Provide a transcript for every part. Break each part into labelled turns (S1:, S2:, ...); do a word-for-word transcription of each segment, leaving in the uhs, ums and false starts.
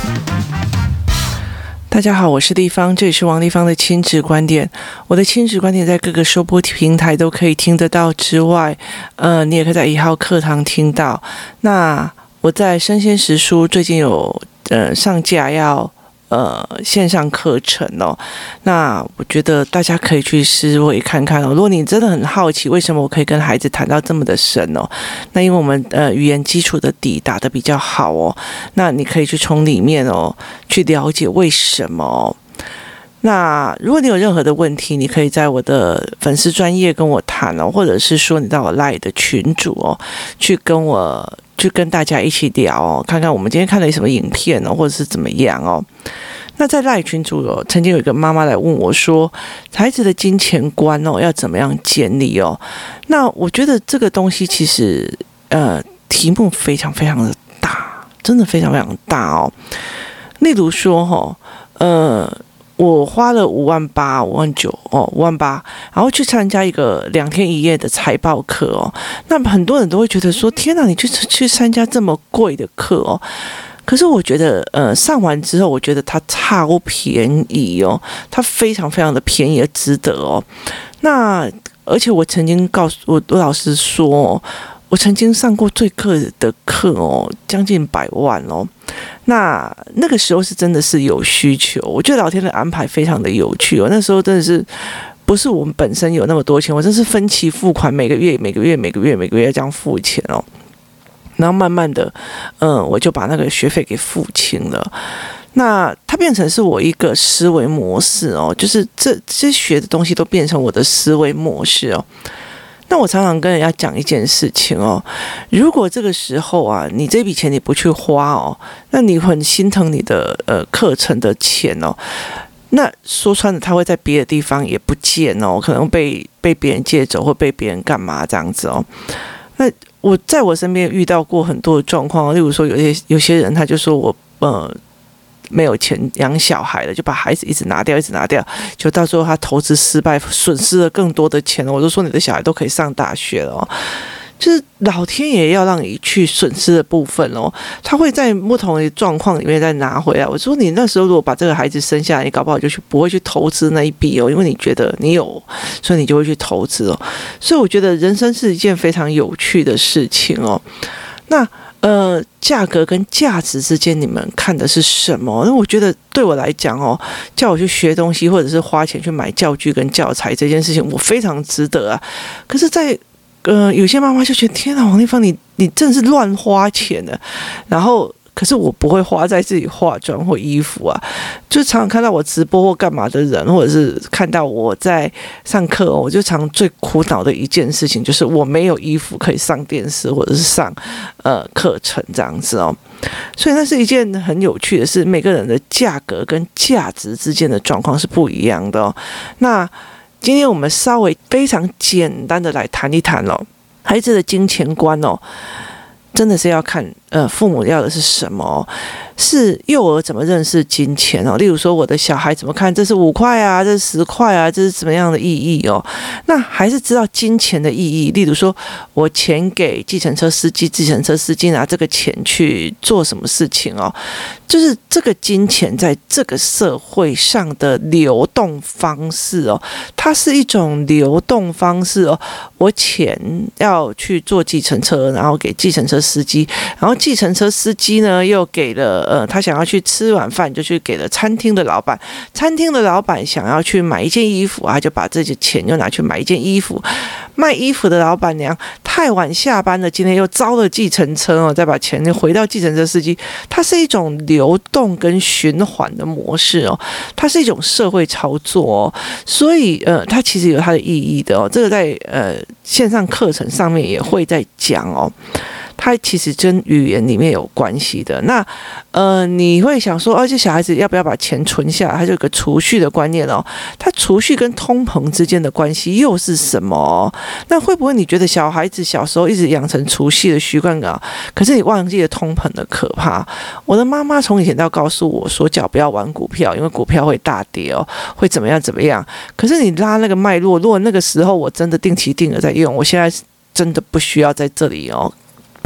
S1: 大家好，我是丽芳，这里是王丽芳的亲子观点。我的亲子观点在各个收播平台都可以听得到之外，呃，你也可以在一号课堂听到。那我在生鲜时书最近有呃上架要呃线上课程哦，那我觉得大家可以去思维看看哦。如果你真的很好奇为什么我可以跟孩子谈到这么的深哦，那因为我们呃语言基础的底打得比较好哦，那你可以去从里面哦去了解为什么哦。那如果你有任何的问题，你可以在我的粉丝专页跟我谈哦，或者是说你到我 LINE 的群组哦，去跟我去跟大家一起聊哦，看看我们今天看了什么影片哦，或者是怎么样哦。那在 LINE 群组哦，曾经有一个妈妈来问我说，孩子的金钱观哦要怎么样建立哦？那我觉得这个东西其实呃题目非常非常的大，真的非常非常大哦。例如说哈、哦，呃。我花了五万八、五万九哦，五万八，然后去参加一个两天一夜的财报课哦。那很多人都会觉得说：“天哪，你去去参加这么贵的课哦！”可是我觉得，呃，上完之后，我觉得它超便宜哦，它非常非常的便宜而值得哦。那而且我曾经告诉我我老师说、哦。我曾经上过最课的课哦，将近百万哦。那那个时候是真的是有需求，我觉得老天的安排非常的有趣哦。那时候真的是不是我们本身有那么多钱，我真是分期付款，每个月每个月每个月每个月这样付钱哦。然后慢慢的，嗯，我就把那个学费给付清了。那它变成是我一个思维模式哦，就是这这些学的东西都变成我的思维模式哦。那我常常跟人家讲一件事情哦，如果这个时候啊，你这笔钱你不去花哦，那你很心疼你的呃课程的钱哦。那说穿了，他会在别的地方也不见哦，可能被被别人借走或被别人干嘛这样子哦。那我在我身边遇到过很多的状况，例如说有些有些人他就说我呃。没有钱养小孩了，就把孩子一直拿掉，一直拿掉，就到最后他投资失败，损失了更多的钱了。我就说你的小孩都可以上大学了哦，就是老天爷要让你去损失的部分哦，他会在不同的状况里面再拿回来。我说你那时候如果把这个孩子生下来，你搞不好就去不会去投资那一笔哦，因为你觉得你有，所以你就会去投资哦。所以我觉得人生是一件非常有趣的事情哦。那呃，价格跟价值之间，你们看的是什么？那我觉得对我来讲哦，叫我去学东西，或者是花钱去买教具跟教材这件事情，我非常值得啊。可是在，在呃，有些妈妈就觉得，天哪，王丽芳，你你真的是乱花钱的，然后。可是我不会花在自己化妆或衣服啊，就常常看到我直播或干嘛的人，或者是看到我在上课、哦，我就常最苦恼的一件事情就是我没有衣服可以上电视或者是上呃课程这样子哦，所以那是一件很有趣的事，每个人的价格跟价值之间的状况是不一样的哦。那今天我们稍微非常简单的来谈一谈哦，孩子的金钱观哦。真的是要看呃父母要的是什么、哦，是幼儿怎么认识金钱哦。例如说我的小孩怎么看，这是五块啊，这是十块啊，这是怎么样的意义哦？那还是知道金钱的意义。例如说我钱给计程车司机，计程车司机拿这个钱去做什么事情哦？就是这个金钱在这个社会上的流动方式哦，它是一种流动方式哦。我钱要去坐计程车，然后给计程车司机，然后计程车司机呢又给了呃，他想要去吃晚饭，就去给了餐厅的老板，餐厅的老板想要去买一件衣服，他就把这些钱又拿去买一件衣服。卖衣服的老板娘太晚下班了，今天又招了计程车哦，再把钱回到计程车司机，它是一种流动跟循环的模式哦，它是一种社会操作哦，所以呃，它其实有它的意义的哦，这个在呃线上课程上面也会在讲哦。它其实跟语言里面有关系的。那呃，你会想说，而且小孩子要不要把钱存下来？它就有个储蓄的观念哦。它储蓄跟通膨之间的关系又是什么？那会不会你觉得小孩子小时候一直养成储蓄的习惯啊？可是你忘记了通膨的可怕。我的妈妈从以前到告诉我说，脚不要玩股票，因为股票会大跌哦，会怎么样怎么样。可是你拉那个脉络，如果那个时候我真的定期定额在用，我现在真的不需要在这里哦。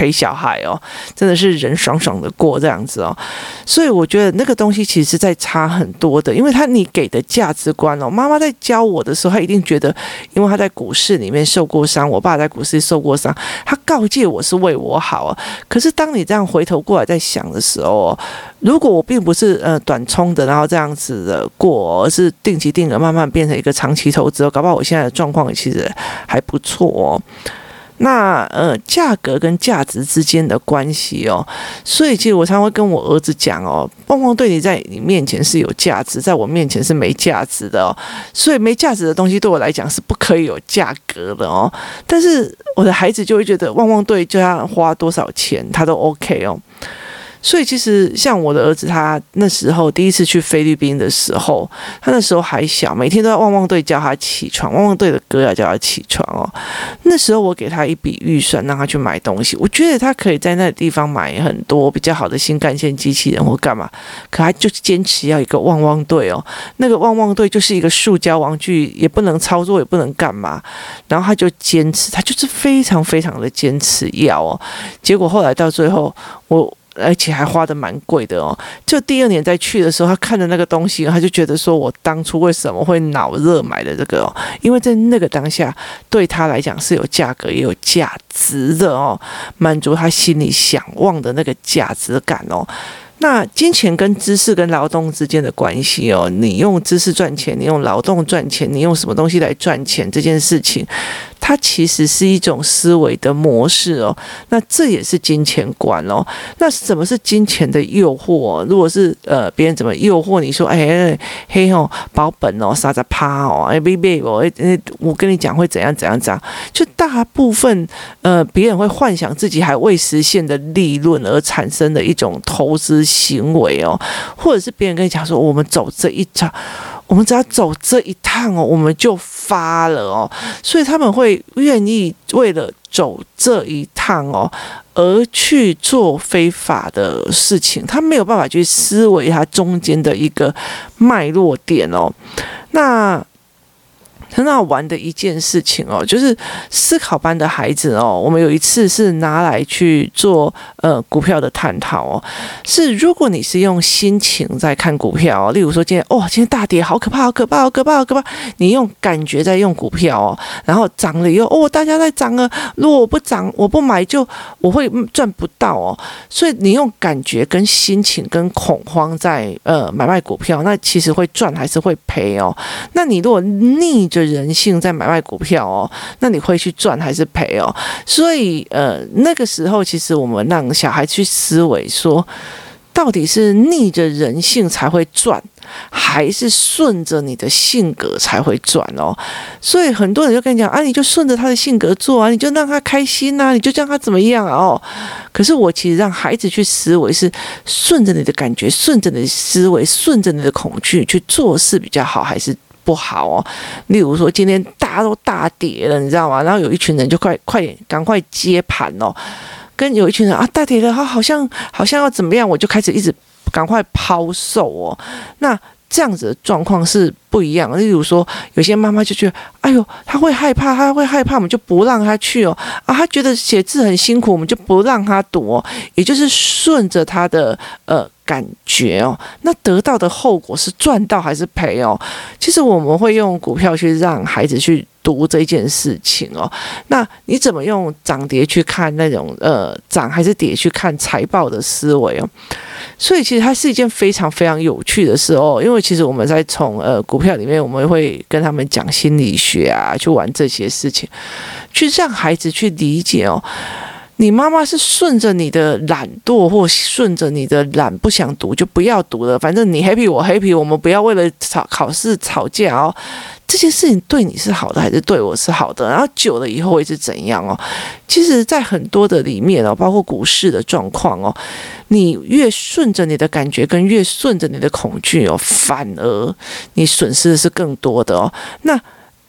S1: 陪小孩哦，真的是人爽爽的过这样子哦。所以我觉得那个东西其实是在差很多的，因为他你给的价值观哦，妈妈在教我的时候，他一定觉得，因为他在股市里面受过伤，我爸在股市受过伤，他告诫我是为我好哦。可是当你这样回头过来在想的时候哦，如果我并不是呃短冲的，然后这样子的过，而是定期定额慢慢变成一个长期投资，搞不好我现在的状况其实还不错哦。那呃，价格跟价值之间的关系哦，所以其实我常常会跟我儿子讲哦，旺旺对你在你面前是有价值，在我面前是没价值的哦，所以没价值的东西对我来讲是不可以有价格的哦。但是我的孩子就会觉得旺旺队就要花多少钱，他都 OK 哦。所以其实像我的儿子，他那时候第一次去菲律宾的时候，他那时候还小，每天都要旺旺队叫他起床，旺旺队的歌要叫他起床哦。那时候我给他一笔预算，让他去买东西，我觉得他可以在那个地方买很多比较好的新干线机器人或干嘛，可他就坚持要一个旺旺队哦。那个旺旺队就是一个塑胶玩具，也不能操作，也不能干嘛，然后他就坚持，他就是非常非常的坚持要哦。结果后来到最后，我。而且还花得蛮贵的哦。就第二年再去的时候，他看的那个东西，他就觉得说，我当初为什么会脑热买的这个哦？因为在那个当下，对他来讲是有价格也有价值的哦，满足他心里想望的那个价值感哦。那金钱跟知识跟劳动之间的关系哦，你用知识赚钱，你用劳动赚钱，你用什么东西来赚钱这件事情，它其实是一种思维的模式哦。那这也是金钱观哦。那什么是金钱的诱惑哦？如果是呃别人怎么诱惑你说，哎嘿哦保本哦，杀着趴哦，哎别别哦，哎我跟你讲会怎样怎样怎样，就大部分呃别人会幻想自己还未实现的利润而产生的一种投资行为哦，或者是别人跟你讲说，我们走这一场，我们只要走这一趟哦，我们就发了哦，所以他们会愿意为了走这一趟哦，而去做非法的事情，他没有办法去思维它中间的一个脉络点哦，那。很好玩的一件事情哦，就是思考班的孩子哦，我们有一次是拿来去做呃股票的探讨哦，是如果你是用心情在看股票哦，例如说今天哦今天大跌好可怕好可怕好可怕好可怕，你用感觉在用股票哦，然后涨了以后哦大家在涨了，如果我不涨我不买就我会赚不到哦，所以你用感觉跟心情跟恐慌在呃买卖股票，那其实会赚还是会赔哦，那你如果逆着人性在买卖股票哦，那你会去赚还是赔哦？所以呃，那个时候其实我们让小孩去思维说，到底是逆着人性才会赚，还是顺着你的性格才会赚哦？所以很多人就跟你讲啊，你就顺着他的性格做啊，你就让他开心啊，你就让他怎么样啊哦。可是我其实让孩子去思维是顺着你的感觉，顺着你的思维，顺着你的恐惧去做事比较好，还是不好哦？例如说今天大家都大跌了，你知道吗？然后有一群人就快快点赶快接盘哦，跟有一群人啊大跌了，他好像好像要怎么样，我就开始一直赶快抛售哦。那这样子的状况是不一样。例如说，有些妈妈就觉得，哎呦，他会害怕，他会害怕，我们就不让他去哦。啊，他觉得写字很辛苦，我们就不让他读哦。也就是顺着他的呃感觉哦，那得到的后果是赚到还是赔哦？其实我们会用股票去让孩子去读这件事情哦。那你怎么用涨跌去看那种呃涨还是跌去看财报的思维哦？所以其实它是一件非常非常有趣的事哦，因为其实我们在从呃股票里面，我们会跟他们讲心理学啊，去玩这些事情，去让孩子去理解哦。你妈妈是顺着你的懒惰，或顺着你的懒不想读就不要读了，反正你 happy 我 happy， 我们不要为了吵考试吵架哦。这件事情对你是好的还是对我是好的？然后久了以后会是怎样哦？其实，在很多的里面哦，包括股市的状况哦，你越顺着你的感觉，跟越顺着你的恐惧哦，反而你损失的是更多的哦。那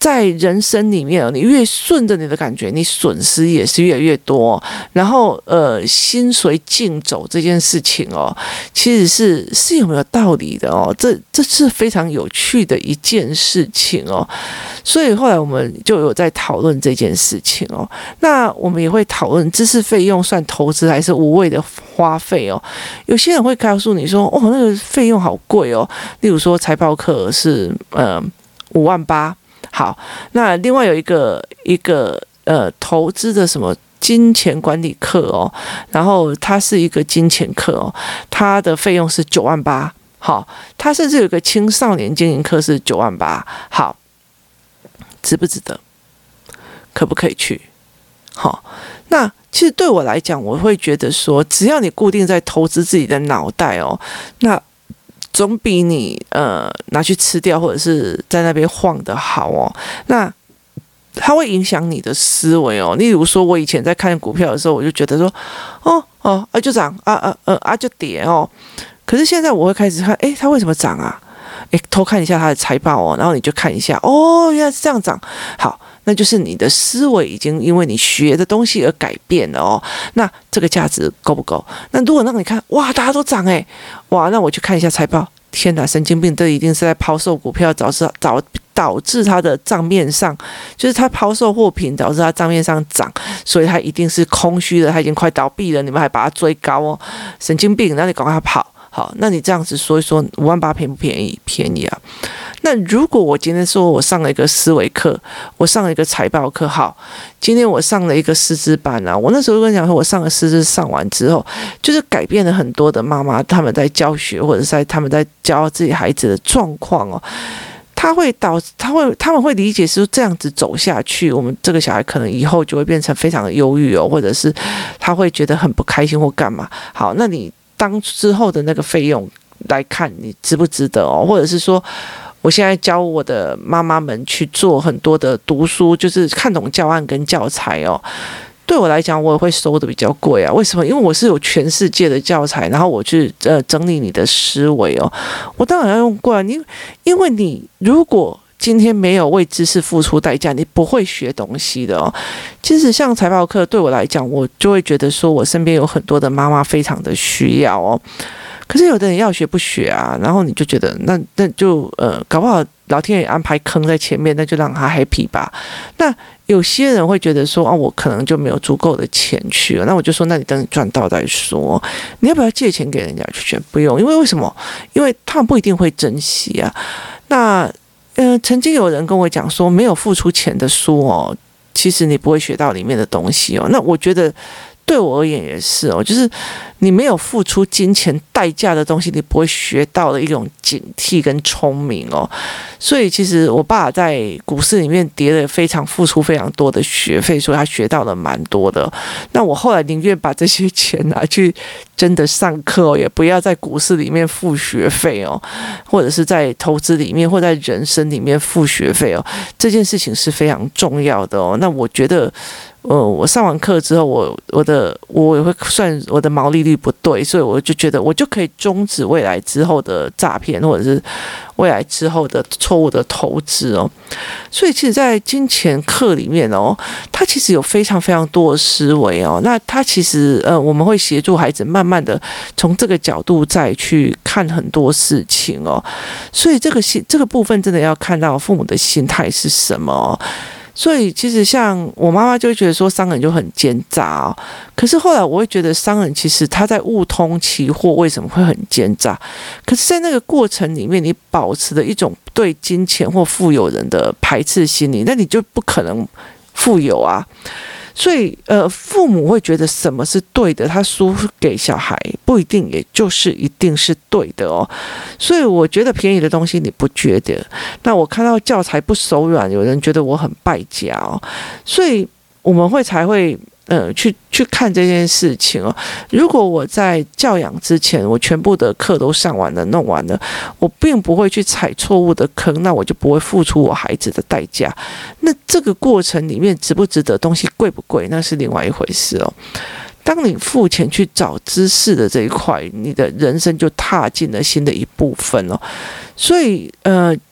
S1: 在人生里面哦，你越顺着你的感觉，你损失也是越来越多。然后呃，心随境走这件事情哦，其实是是有没有道理的哦？这这是非常有趣的一件事情哦。所以后来我们就有在讨论这件事情哦。那我们也会讨论知识费用算投资还是无谓的花费哦。有些人会告诉你说，哦，那个费用好贵哦。例如说财报课是呃五万八。好，那另外有一个一个呃投资的什么金钱管理课哦，然后它是一个金钱课哦，它的费用是九万八。好，它甚至有一个青少年经营课是九万八。好，值不值得？可不可以去？好，那其实对我来讲，我会觉得说，只要你固定在投资自己的脑袋哦，那总比你呃拿去吃掉或者是在那边晃的好哦。那它会影响你的思维哦。例如说，我以前在看股票的时候，我就觉得说，哦哦啊就涨啊啊呃啊就跌哦。可是现在我会开始看，诶，它为什么涨啊？诶，偷看一下它的财报哦，然后你就看一下，哦，原来是这样涨。好，那就是你的思维已经因为你学的东西而改变了哦。那这个价值够不够？那如果让你看，哇，大家都涨诶，哇，那我去看一下财报。天哪，神经病！这一定是在抛售股票，导致导导致他的账面上，就是他抛售货品导致他账面上涨，所以他一定是空虚的，他已经快倒闭了，你们还把他追高哦，神经病！那你赶快跑。好，那你这样子说一说，五万八便不便宜？便宜啊！那如果我今天说我上了一个思维课，我上了一个财报课，好，今天我上了一个师资班啊，我那时候跟你讲说，我上了师资上完之后，就是改变了很多的妈妈他们在教学或者在他们在教自己孩子的状况哦。他会导，他会，他们会理解是这样子走下去，我们这个小孩可能以后就会变成非常的忧郁哦，或者是他会觉得很不开心或干嘛。好，那你当之后的那个费用来看，你值不值得哦？或者是说，我现在教我的妈妈们去做很多的读书，就是看懂教案跟教材哦。对我来讲，我也会收的比较贵啊。为什么？因为我是有全世界的教材，然后我去呃整理你的思维哦。我当然要用贵啊，你因为你如果今天没有为知识付出代价，你不会学东西的哦。其实像财报课对我来讲，我就会觉得说我身边有很多的妈妈非常的需要哦。可是有的人要学不学啊，然后你就觉得那那就呃搞不好老天爷安排坑在前面，那就让他 happy 吧。那有些人会觉得说啊，我可能就没有足够的钱去了，那我就说，那你等你赚到再说。你要不要借钱给人家去学？不用，因为为什么？因为他们不一定会珍惜啊。那呃，曾经有人跟我讲说，没有付出钱的书哦，其实你不会学到里面的东西哦。那我觉得对我而言也是哦，就是你没有付出金钱代价的东西，你不会学到的一种警惕跟聪明哦。所以其实我爸在股市里面跌了非常付出非常多的学费，所以他学到了蛮多的。那我后来宁愿把这些钱拿去真的上课哦，也不要在股市里面付学费哦，或者是在投资里面或在人生里面付学费哦。这件事情是非常重要的哦。那我觉得。呃，我上完课之后，我我的我也会算我的毛利率不对，所以我就觉得我就可以终止未来之后的诈骗，或者是未来之后的错误的投资哦。所以其实，在金钱课里面哦，它其实有非常非常多的思维哦。那它其实呃，我们会协助孩子慢慢的从这个角度再去看很多事情哦。所以这个心这个部分真的要看到父母的心态是什么哦。所以其实像我妈妈就会觉得说商人就很奸诈哦，可是后来我会觉得商人其实他在悟通期货为什么会很奸诈？可是在那个过程里面，你保持的一种对金钱或富有人的排斥心理，那你就不可能富有啊。所以，呃，父母会觉得什么是对的，他输给小孩不一定，也就是一定是对的哦。所以，我觉得便宜的东西你不觉得？那我看到教材不手软，有人觉得我很败家哦。所以，我们会才会。呃，去去看这件事情哦。如果我在教养之前，我全部的课都上完了、弄完了，我并不会去踩错误的坑，那我就不会付出我孩子的代价。那这个过程里面值不值得？东西贵不贵？那是另外一回事哦。当你付钱去找知识的这一块，你的人生就踏进了新的一部分哦。所以，呃。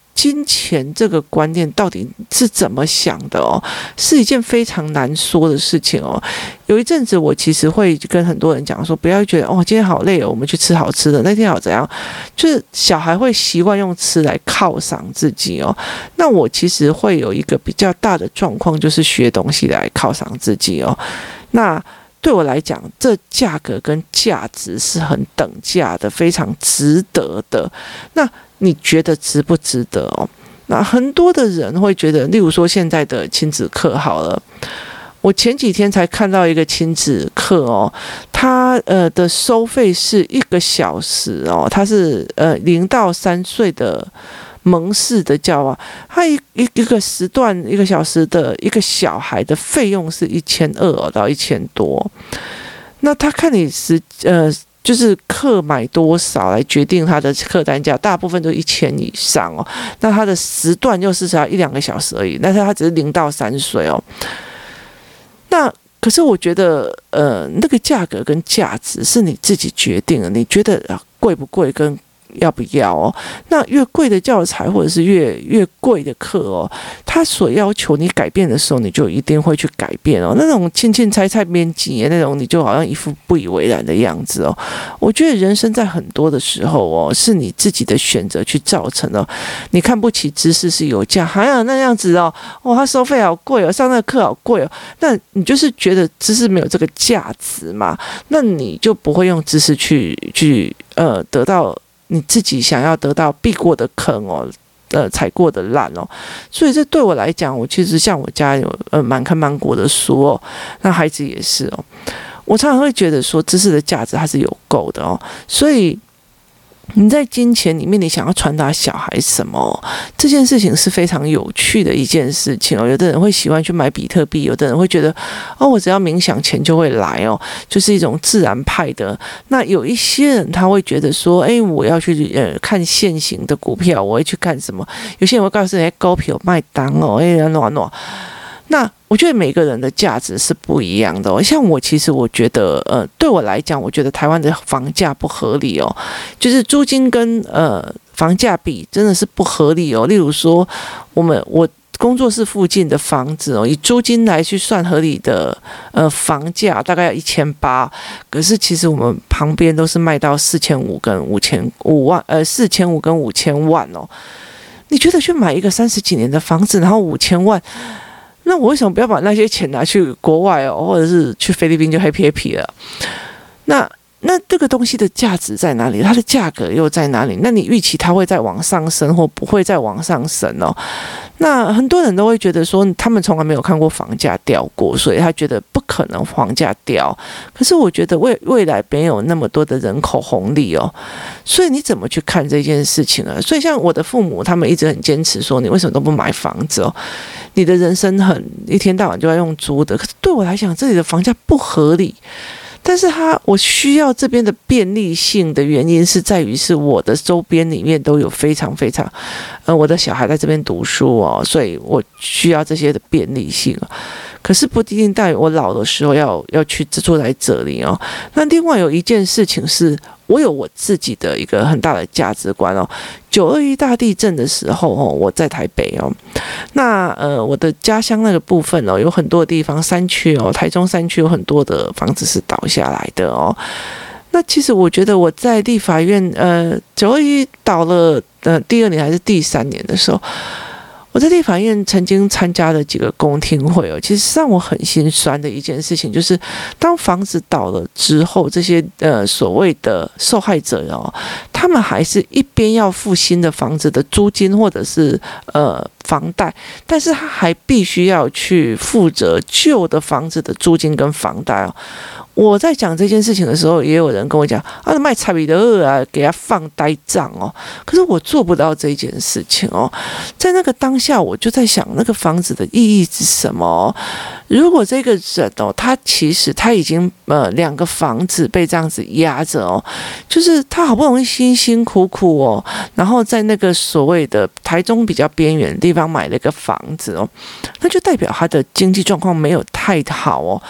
S1: 金钱这个观念到底是怎么想的哦，是一件非常难说的事情哦。有一阵子我其实会跟很多人讲说，不要觉得哦今天好累哦，我们去吃好吃的，那天好怎样，就是小孩会习惯用吃来犒赏自己哦。那我其实会有一个比较大的状况，就是学东西来犒赏自己哦。那对我来讲，这价格跟价值是很等价的，非常值得的。那你觉得值不值得哦？那很多的人会觉得，例如说现在的亲子课好了，我前几天才看到一个亲子课哦，它呃的收费是一个小时哦，它是呃零到三岁的蒙氏的教啊，它一一一个时段一个小时的一个小孩的费用是一千二到一千多，那他看你是呃。就是课买多少来决定他的课单价，大部分都一千以上哦。那他的时段又是只要一两个小时而已，但是他只是零到三岁哦。那可是我觉得，呃，那个价格跟价值是你自己决定的，你觉得贵不贵跟要不要哦？那越贵的教材或者是越越贵的课哦，他所要求你改变的时候，你就一定会去改变哦。那种轻轻猜猜编辑那种，你就好像一副不以为然的样子哦。我觉得人生在很多的时候哦，是你自己的选择去造成的。你看不起知识是有价，还有那样子哦，哦，他收费好贵哦，上那个课好贵哦，那你就是觉得知识没有这个价值嘛？那你就不会用知识去去呃得到。你自己想要得到避过的坑哦，呃，踩过的烂哦，所以这对我来讲，我其实像我家有呃满坑满谷的书哦，那孩子也是哦，我常常会觉得说知识的价值还是有够的哦，所以。你在金钱里面，你想要传达小孩什么？这件事情是非常有趣的一件事情哦。有的人会喜欢去买比特币，有的人会觉得哦，我只要冥想钱就会来哦，就是一种自然派的。那有一些人他会觉得说，哎，我要去呃看现行的股票，我会去看什么？有些人会告诉你，哎，股票卖单哦，哎，暖暖。那我觉得每个人的价值是不一样的哦。像我其实我觉得，呃，对我来讲，我觉得台湾的房价不合理哦，就是租金跟呃房价比真的是不合理哦。例如说，我们我工作室附近的房子哦，以租金来去算合理的呃房价大概要一千八，可是其实我们旁边都是卖到四千五跟五千五万，呃四千五跟五千万哦。你觉得去买一个三十几年的房子，然后五千万？那我为什么不要把那些钱拿去国外哦，或者是去菲律宾就 happy happy 了？那那这个东西的价值在哪里？它的价格又在哪里？那你预期它会再往上升，或不会再往上升哦？那很多人都会觉得说，他们从来没有看过房价掉过，所以他觉得不可能房价掉。可是我觉得未未来没有那么多的人口红利哦，所以你怎么去看这件事情啊？所以像我的父母，他们一直很坚持说，你为什么都不买房子哦？你的人生很一天到晚就要用租的。可是对我来讲，这里的房价不合理。但是它我需要这边的便利性的原因是在于是我的周边里面都有非常非常，呃，我的小孩在这边读书哦，所以我需要这些的便利性。可是不一定代表我老的时候要要去住在这里哦。那另外有一件事情是，我有我自己的一个很大的价值观哦。九二一大地震的时候哦，我在台北哦，那呃我的家乡那个部分哦，有很多地方山区哦，台中山区有很多的房子是倒下来的哦。那其实我觉得我在立法院呃九二一倒了呃第二年还是第三年的时候。我在立法院曾经参加了几个公听会哦，其实让我很心酸的一件事情就是，当房子倒了之后，这些呃所谓的受害者哦，他们还是一边要付新的房子的租金或者是呃房贷，但是他还必须要去负责旧的房子的租金跟房贷哦。我在讲这件事情的时候，也有人跟我讲啊，卖差别的二啊，给他放呆账哦。可是我做不到这件事情哦。在那个当下，我就在想，那个房子的意义是什么？如果这个人哦，他其实他已经呃两个房子被这样子压着哦，就是他好不容易辛辛苦苦哦，然后在那个所谓的台中比较边缘的地方买了一个房子哦，那就代表他的经济状况没有太好哦。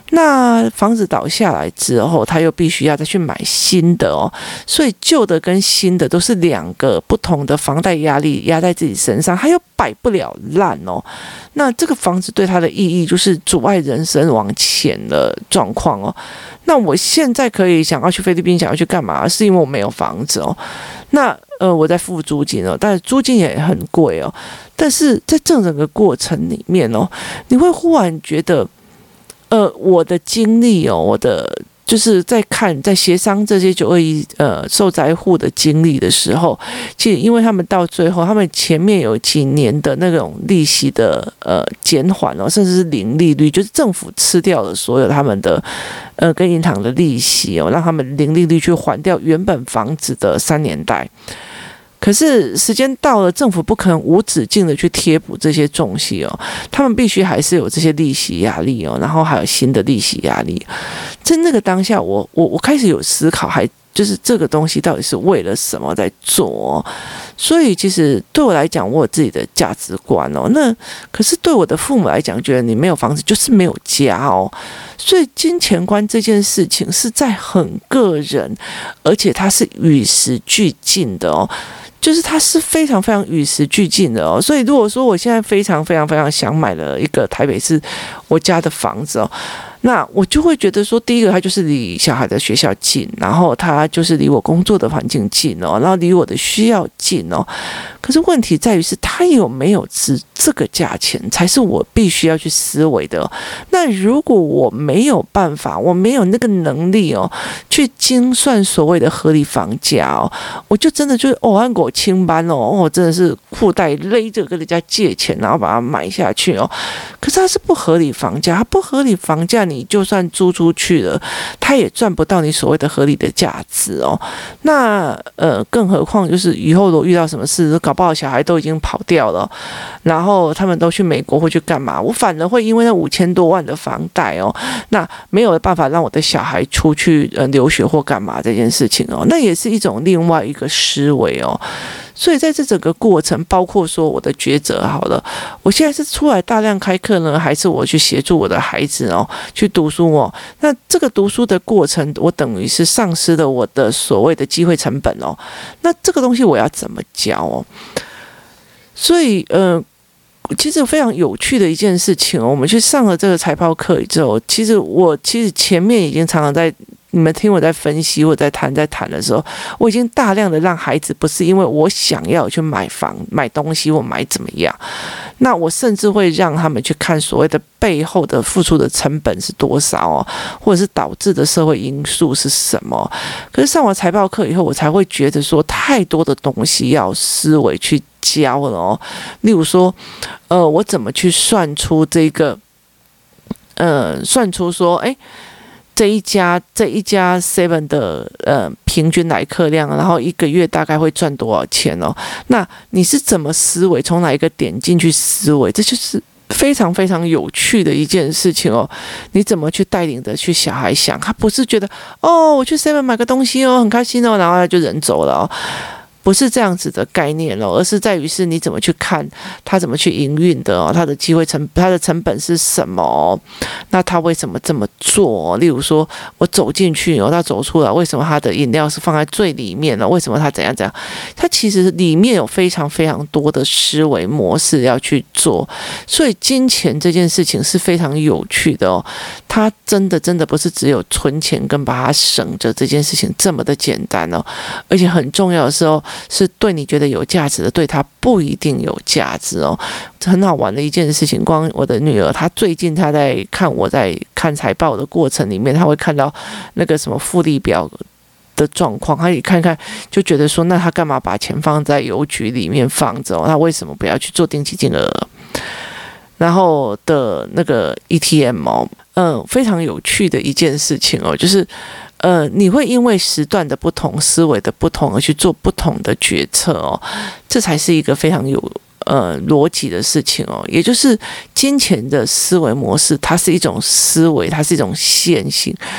S1: 那房子倒下来之后，他又必须要再去买新的哦，所以旧的跟新的都是两个不同的房贷压力压在自己身上，他又摆不了烂哦。那这个房子对他的意义就是阻碍人生往前的状况哦。那我现在可以想要去菲律宾，想要去干嘛？是因为我没有房子哦。那呃，我在付租金哦，但是租金也很贵哦。但是在这整个过程里面哦，你会忽然觉得。呃，我的经历哦，我的就是在看在协商这些九二一呃受灾户的经历的时候，其实因为他们到最后，他们前面有几年的那种利息的呃减缓哦，甚至是零利率，就是政府吃掉了所有他们的呃跟银行的利息哦，让他们零利率去还掉原本房子的三年贷。可是时间到了，政府不可能无止境的去贴补这些重息哦，他们必须还是有这些利息压力哦，然后还有新的利息压力。在那个当下，我我我开始有思考，还就是这个东西到底是为了什么在做哦？所以其实对我来讲，我有自己的价值观哦。那可是对我的父母来讲，觉得你没有房子就是没有家哦。所以金钱观这件事情是在很个人，而且它是与时俱进的哦。就是它是非常非常与时俱进的哦，所以如果说我现在非常非常非常想买了一个台北市我家的房子哦，那我就会觉得说，第一个它就是离小孩的学校近，然后它就是离我工作的环境近哦，然后离我的需要近哦。可是问题在于是它有没有值这个价钱，才是我必须要去思维的哦。那如果我没有办法，我没有那个能力哦，去精算所谓的合理房价哦，我就真的就是哦按狗清班哦，哦真的是裤带勒着跟人家借钱，然后把它买下去哦。可是它是不合理房价，它不合理房价，你就算租出去了，它也赚不到你所谓的合理的价值哦。那呃，更何况就是以后如果遇到什么事，搞不好小孩都已经跑掉了，然后他们都去美国或去干嘛，我反而会因为那五千多万的房贷哦，那没有办法让我的小孩出去呃留学或干嘛这件事情哦，那也是一种另外一个思维哦。所以在这整个过程，包括说我的抉择好了，我现在是出来大量开课呢，还是我去协助我的孩子哦去读书哦？那这个读书的过程，我等于是丧失了我的所谓的机会成本哦。那这个东西我要怎么教哦？所以呃。其实非常有趣的一件事情哦，我们去上了这个财报课之后，其实我其实前面已经常常在你们听我在分析或在谈在谈的时候，我已经大量的让孩子不是因为我想要去买房买东西或买怎么样，那我甚至会让他们去看所谓的背后的付出的成本是多少哦，或者是导致的社会因素是什么。可是上完财报课以后，我才会觉得说太多的东西要思维去教了哦。例如说，呃，我怎么去算出这个，呃，算出说，哎。这一家这一家 Seven 的呃平均来客量，然后一个月大概会赚多少钱哦？那你是怎么思维？从哪一个点进去思维？这就是非常非常有趣的一件事情哦。你怎么去带领着去小孩想？他不是觉得哦，我去 Seven 买个东西哦，很开心哦，然后他就人走了哦。不是这样子的概念咯，而是在于是你怎么去看他怎么去营运的哦，他的机会成他的成本是什么哦？那他为什么这么做？例如说我走进去哦，他走出来，为什么他的饮料是放在最里面呢？为什么他怎样怎样？他其实里面有非常非常多的思维模式要去做，所以金钱这件事情是非常有趣的哦。他真的真的不是只有存钱跟把它省着这件事情这么的简单哦，而且很重要的是哦。是对你觉得有价值的，对他不一定有价值哦。很好玩的一件事情，光我的女儿，她最近她在看我在看财报的过程里面，她会看到那个什么复利表的状况，她一看看就觉得说，那她干嘛把钱放在邮局里面放着哦？她为什么不要去做定期定额？然后的那个 E T M 哦，嗯，非常有趣的一件事情哦，就是。呃，你会因为时段的不同、思维的不同而去做不同的决策哦，这才是一个非常有呃逻辑的事情哦。也就是金钱的思维模式，它是一种思维，它是一种线性。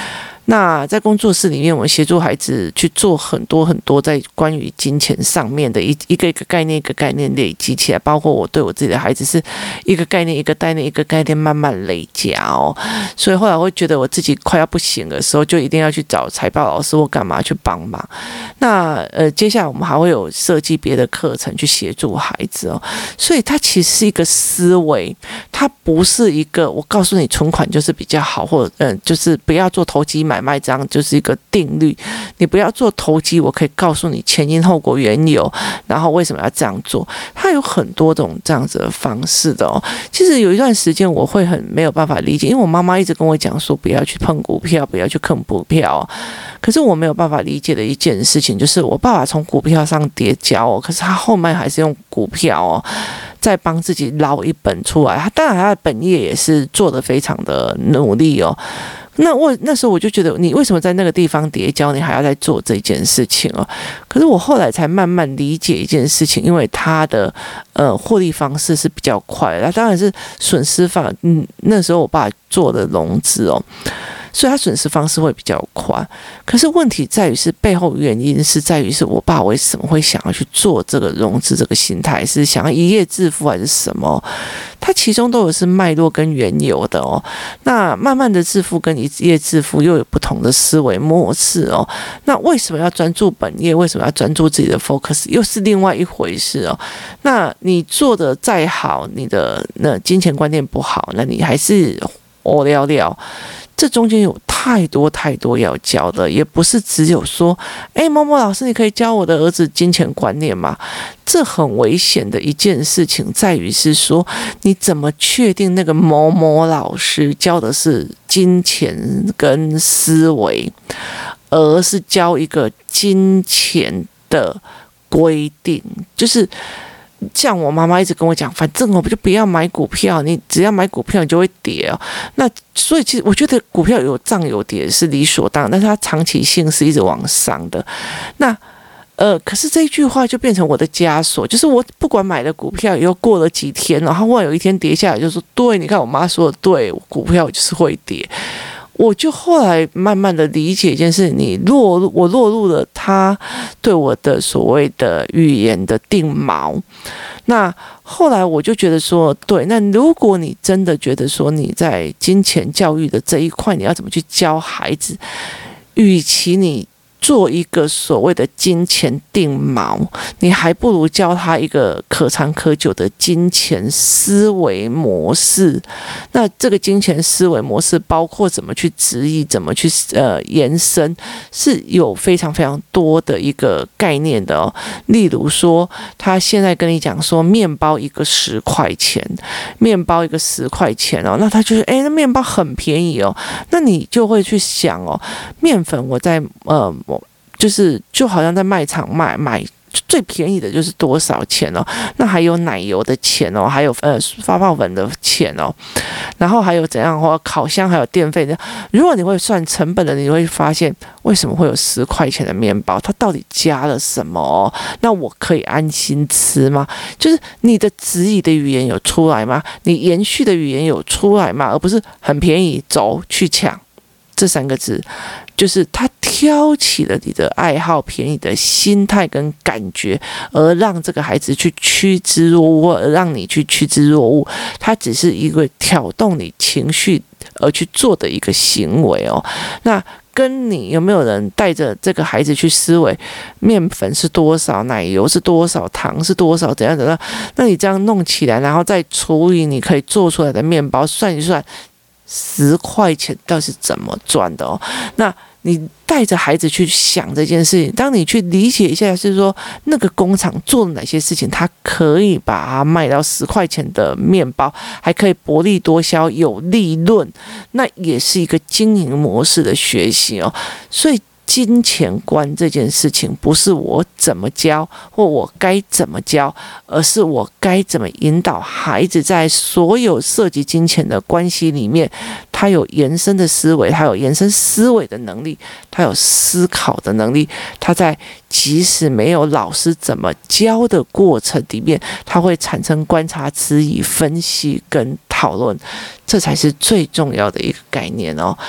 S1: 那在工作室里面，我们协助孩子去做很多很多在关于金钱上面的一一个一个概念一个概念累积起来，包括我对我自己的孩子是一个概念一个概念一个概念慢慢累加哦。所以后来会觉得我自己快要不行的时候，就一定要去找财报老师或干嘛去帮忙。那呃，接下来我们还会有设计别的课程去协助孩子哦。所以它其实是一个思维，它不是一个我告诉你存款就是比较好，或者嗯、呃，就是不要做投机买卖，这样就是一个定律。你不要做投机，我可以告诉你前因后果缘由，然后为什么要这样做。它有很多种这样子的方式的哦。其实有一段时间我会很没有办法理解，因为我妈妈一直跟我讲说不要去碰股票，不要去坑股票哦。可是我没有办法理解的一件事情，就是我爸爸从股票上跌跤哦，可是他后面还是用股票哦，再帮自己捞一本出来。他当然他的本业也是做得非常的努力哦。那我那时候我就觉得，你为什么在那个地方跌跤，你还要再做这件事情哦？可是我后来才慢慢理解一件事情，因为他的呃获利方式是比较快的，当然是损失方，嗯，那时候我爸做的融资哦。所以他损失方式会比较快，可是问题在于是背后原因是在于是我爸为什么会想要去做这个融资，这个心态是想要一夜致富还是什么？它其中都有是脉络跟缘由的哦。那慢慢的致富跟一夜致富又有不同的思维模式哦。那为什么要专注本业？为什么要专注自己的 focus？ 又是另外一回事哦。那你做的再好，你的那金钱观念不好，那你还是哦聊聊。这中间有太多太多要教的，也不是只有说，哎，某某老师，你可以教我的儿子金钱观念吗？这很危险的一件事情，在于是说，你怎么确定那个某某老师教的是金钱跟思维，而是教一个金钱的规定，就是。像我妈妈一直跟我讲，反正我就不要买股票，你只要买股票你就会跌哦。那所以其实我觉得股票有涨有跌是理所当然，但是它长期性是一直往上的。那呃，可是这一句话就变成我的枷锁，就是我不管买了股票以后过了几天，然后忽然有一天跌下来，就说对，你看我妈说的对，股票就是会跌。我就后来慢慢的理解一件事，你落入我落入了他对我的所谓的语言的定锚。那后来我就觉得说，对，那如果你真的觉得说你在金钱教育的这一块，你要怎么去教孩子，与其你做一个所谓的金钱定锚，你还不如教他一个可长可久的金钱思维模式。那这个金钱思维模式包括怎么去质疑，怎么去呃延伸，是有非常非常多的一个概念的哦。例如说，他现在跟你讲说，面包一个十块钱，面包一个十块钱哦，那他就是哎，那面包很便宜哦，那你就会去想哦，面粉我在呃。就是就好像在卖场买买最便宜的就是多少钱哦？那还有奶油的钱哦，还有呃发泡粉的钱哦，然后还有怎样或烤箱还有电费的。如果你会算成本的，你会发现为什么会有十块钱的面包？它到底加了什么哦？那我可以安心吃吗？就是你的质疑的语言有出来吗？你延续的语言有出来吗？而不是很便宜走去抢这三个字。就是他挑起了你的爱好便宜的心态跟感觉，而让这个孩子去趋之若鹜，而让你去趋之若鹜。他只是一个挑动你情绪而去做的一个行为哦。那跟你有没有人带着这个孩子去思维，面粉是多少，奶油是多少，糖是多少，怎样怎样？那你这样弄起来，然后再除以你可以做出来的面包，算一算。十块钱到底是怎么赚的哦？那你带着孩子去想这件事情，当你去理解一下，是说那个工厂做了哪些事情，它可以把它卖到十块钱的面包，还可以薄利多销，有利润，那也是一个经营模式的学习哦。所以。金钱观这件事情不是我怎么教或我该怎么教，而是我该怎么引导孩子在所有涉及金钱的关系里面，他有延伸的思维，他有延伸思维的能力，他有思考的能力，他在即使没有老师怎么教的过程里面，他会产生观察、质疑、分析跟讨论，这才是最重要的一个概念哦。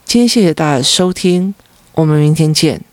S1: 今天谢谢大家的收听，我们明天见。